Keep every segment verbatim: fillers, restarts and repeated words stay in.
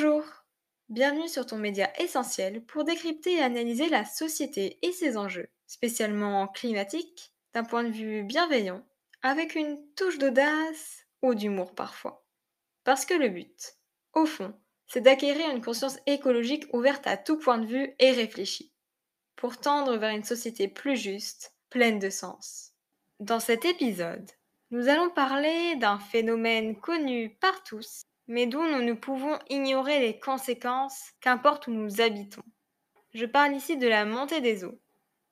Bonjour, bienvenue sur ton média essentiel pour décrypter et analyser la société et ses enjeux, spécialement climatiques, d'un point de vue bienveillant, avec une touche d'audace ou d'humour parfois. Parce que le but, au fond, c'est d'acquérir une conscience écologique ouverte à tout point de vue et réfléchie, pour tendre vers une société plus juste, pleine de sens. Dans cet épisode, nous allons parler d'un phénomène connu par tous, mais dont nous ne pouvons ignorer les conséquences qu'importe où nous habitons. Je parle ici de la montée des eaux,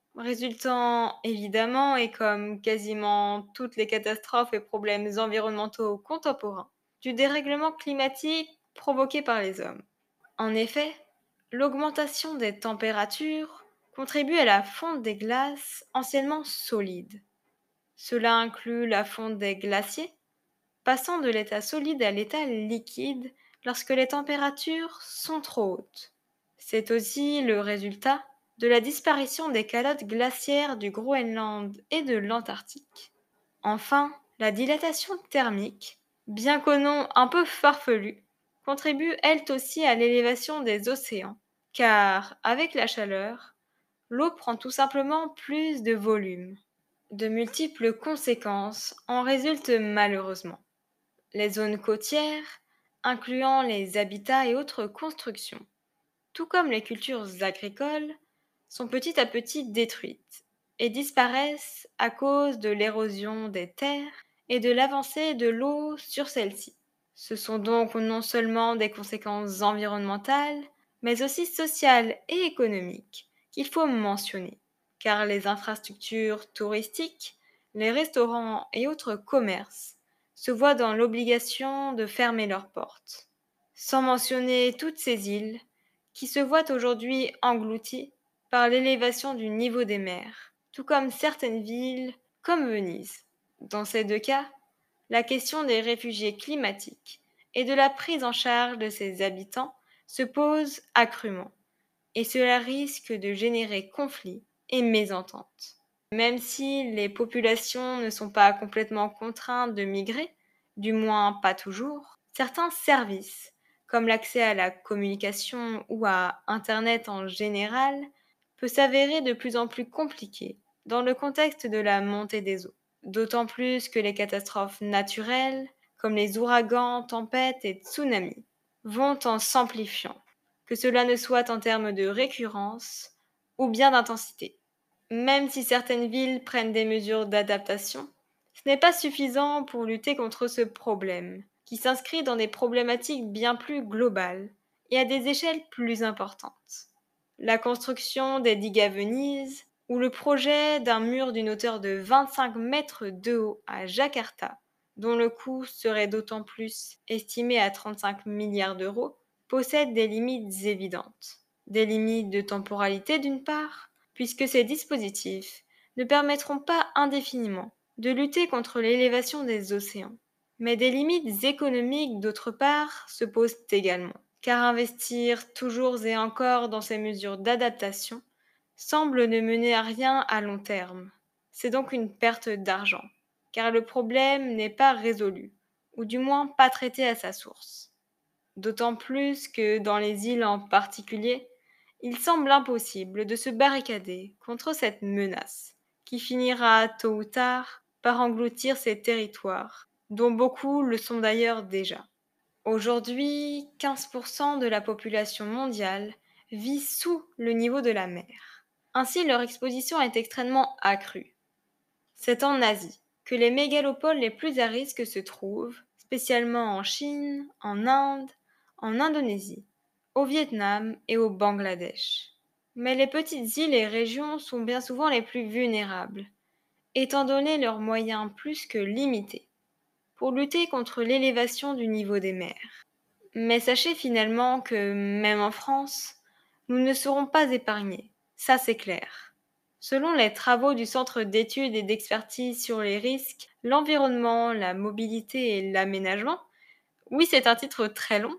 résultant évidemment, et comme quasiment toutes les catastrophes et problèmes environnementaux contemporains, du dérèglement climatique provoqué par les hommes. En effet, l'augmentation des températures contribue à la fonte des glaces anciennement solides. Cela inclut la fonte des glaciers, passant de l'état solide à l'état liquide lorsque les températures sont trop hautes. C'est aussi le résultat de la disparition des calottes glaciaires du Groenland et de l'Antarctique. Enfin, la dilatation thermique, bien qu'au nom un peu farfelu, contribue elle aussi à l'élévation des océans, car avec la chaleur, l'eau prend tout simplement plus de volume. De multiples conséquences en résultent malheureusement. Les zones côtières, incluant les habitats et autres constructions, tout comme les cultures agricoles, sont petit à petit détruites et disparaissent à cause de l'érosion des terres et de l'avancée de l'eau sur celles-ci. Ce sont donc non seulement des conséquences environnementales, mais aussi sociales et économiques qu'il faut mentionner, car les infrastructures touristiques, les restaurants et autres commerces se voient dans l'obligation de fermer leurs portes. Sans mentionner toutes ces îles qui se voient aujourd'hui englouties par l'élévation du niveau des mers, tout comme certaines villes comme Venise. Dans ces deux cas, la question des réfugiés climatiques et de la prise en charge de ses habitants se pose accrument, et cela risque de générer conflits et mésententes. Même si les populations ne sont pas complètement contraintes de migrer, du moins pas toujours, certains services, comme l'accès à la communication ou à Internet en général, peut s'avérer de plus en plus compliqué dans le contexte de la montée des eaux. D'autant plus que les catastrophes naturelles, comme les ouragans, tempêtes et tsunamis, vont en s'amplifiant, que cela ne soit en termes de récurrence ou bien d'intensité. Même si certaines villes prennent des mesures d'adaptation, ce n'est pas suffisant pour lutter contre ce problème, qui s'inscrit dans des problématiques bien plus globales et à des échelles plus importantes. La construction des digues à Venise ou le projet d'un mur d'une hauteur de vingt-cinq mètres de haut à Jakarta, dont le coût serait d'autant plus estimé à trente-cinq milliards d'euros, possèdent des limites évidentes. Des limites de temporalité d'une part, puisque ces dispositifs ne permettront pas indéfiniment de lutter contre l'élévation des océans. Mais des limites économiques d'autre part se posent également, car investir toujours et encore dans ces mesures d'adaptation semble ne mener à rien à long terme. C'est donc une perte d'argent, car le problème n'est pas résolu, ou du moins pas traité à sa source. D'autant plus que dans les îles en particulier, il semble impossible de se barricader contre cette menace, qui finira tôt ou tard par engloutir ces territoires, dont beaucoup le sont d'ailleurs déjà. Aujourd'hui, quinze pour cent de la population mondiale vit sous le niveau de la mer. Ainsi, leur exposition est extrêmement accrue. C'est en Asie que les mégalopoles les plus à risque se trouvent, spécialement en Chine, en Inde, en Indonésie, au Vietnam et au Bangladesh. Mais les petites îles et régions sont bien souvent les plus vulnérables, étant donné leurs moyens plus que limités, pour lutter contre l'élévation du niveau des mers. Mais sachez finalement que, même en France, nous ne serons pas épargnés, ça c'est clair. Selon les travaux du Centre d'études et d'expertise sur les risques, l'environnement, la mobilité et l'aménagement, oui c'est un titre très long,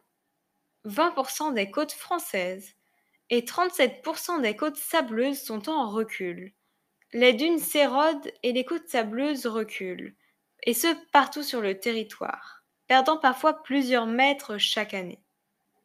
vingt pour cent des côtes françaises et trente-sept pour cent des côtes sableuses sont en recul. Les dunes s'érodent et les côtes sableuses reculent, et ce partout sur le territoire, perdant parfois plusieurs mètres chaque année.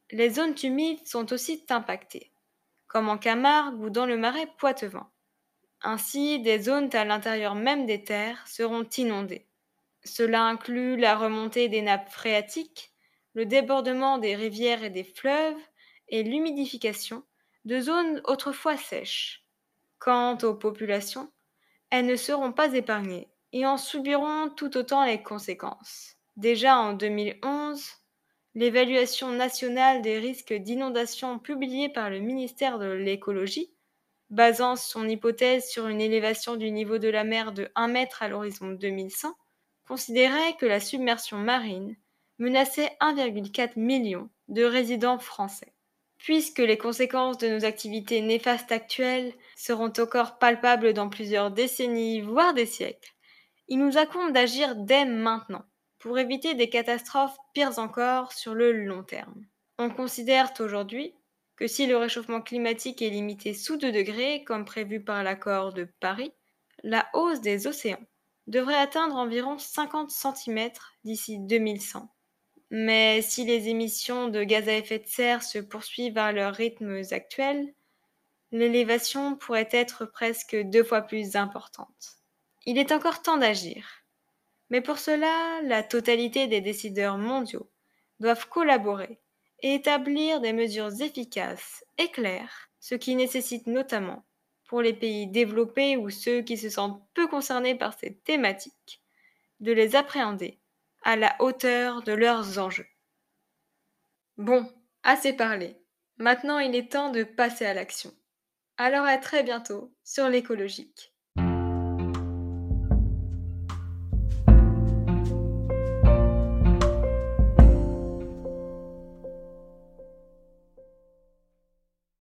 Les zones humides sont aussi impactées, comme en Camargue ou dans le marais poitevin. Ainsi, des zones à l'intérieur même des terres seront inondées. Cela inclut la remontée des nappes phréatiques, le débordement des rivières et des fleuves et l'humidification de zones autrefois sèches. Quant aux populations, elles ne seront pas épargnées et en subiront tout autant les conséquences. Déjà en deux mille onze, l'évaluation nationale des risques d'inondation publiée par le ministère de l'Écologie, basant son hypothèse sur une élévation du niveau de la mer de un mètre à l'horizon deux mille cent, considérait que la submersion marine menaçait un virgule quatre million de résidents français. Puisque les conséquences de nos activités néfastes actuelles seront encore palpables dans plusieurs décennies, voire des siècles, il nous incombe d'agir dès maintenant pour éviter des catastrophes pires encore sur le long terme. On considère aujourd'hui que si le réchauffement climatique est limité sous deux degrés, comme prévu par l'accord de Paris, la hausse des océans devrait atteindre environ cinquante centimètres d'ici deux mille cent. Mais si les émissions de gaz à effet de serre se poursuivent à leurs rythmes actuels, l'élévation pourrait être presque deux fois plus importante. Il est encore temps d'agir. Mais pour cela, la totalité des décideurs mondiaux doivent collaborer et établir des mesures efficaces et claires, ce qui nécessite notamment, pour les pays développés ou ceux qui se sentent peu concernés par ces thématiques, de les appréhender à la hauteur de leurs enjeux. Bon, assez parlé. Maintenant, il est temps de passer à l'action. Alors à très bientôt sur l'écologique.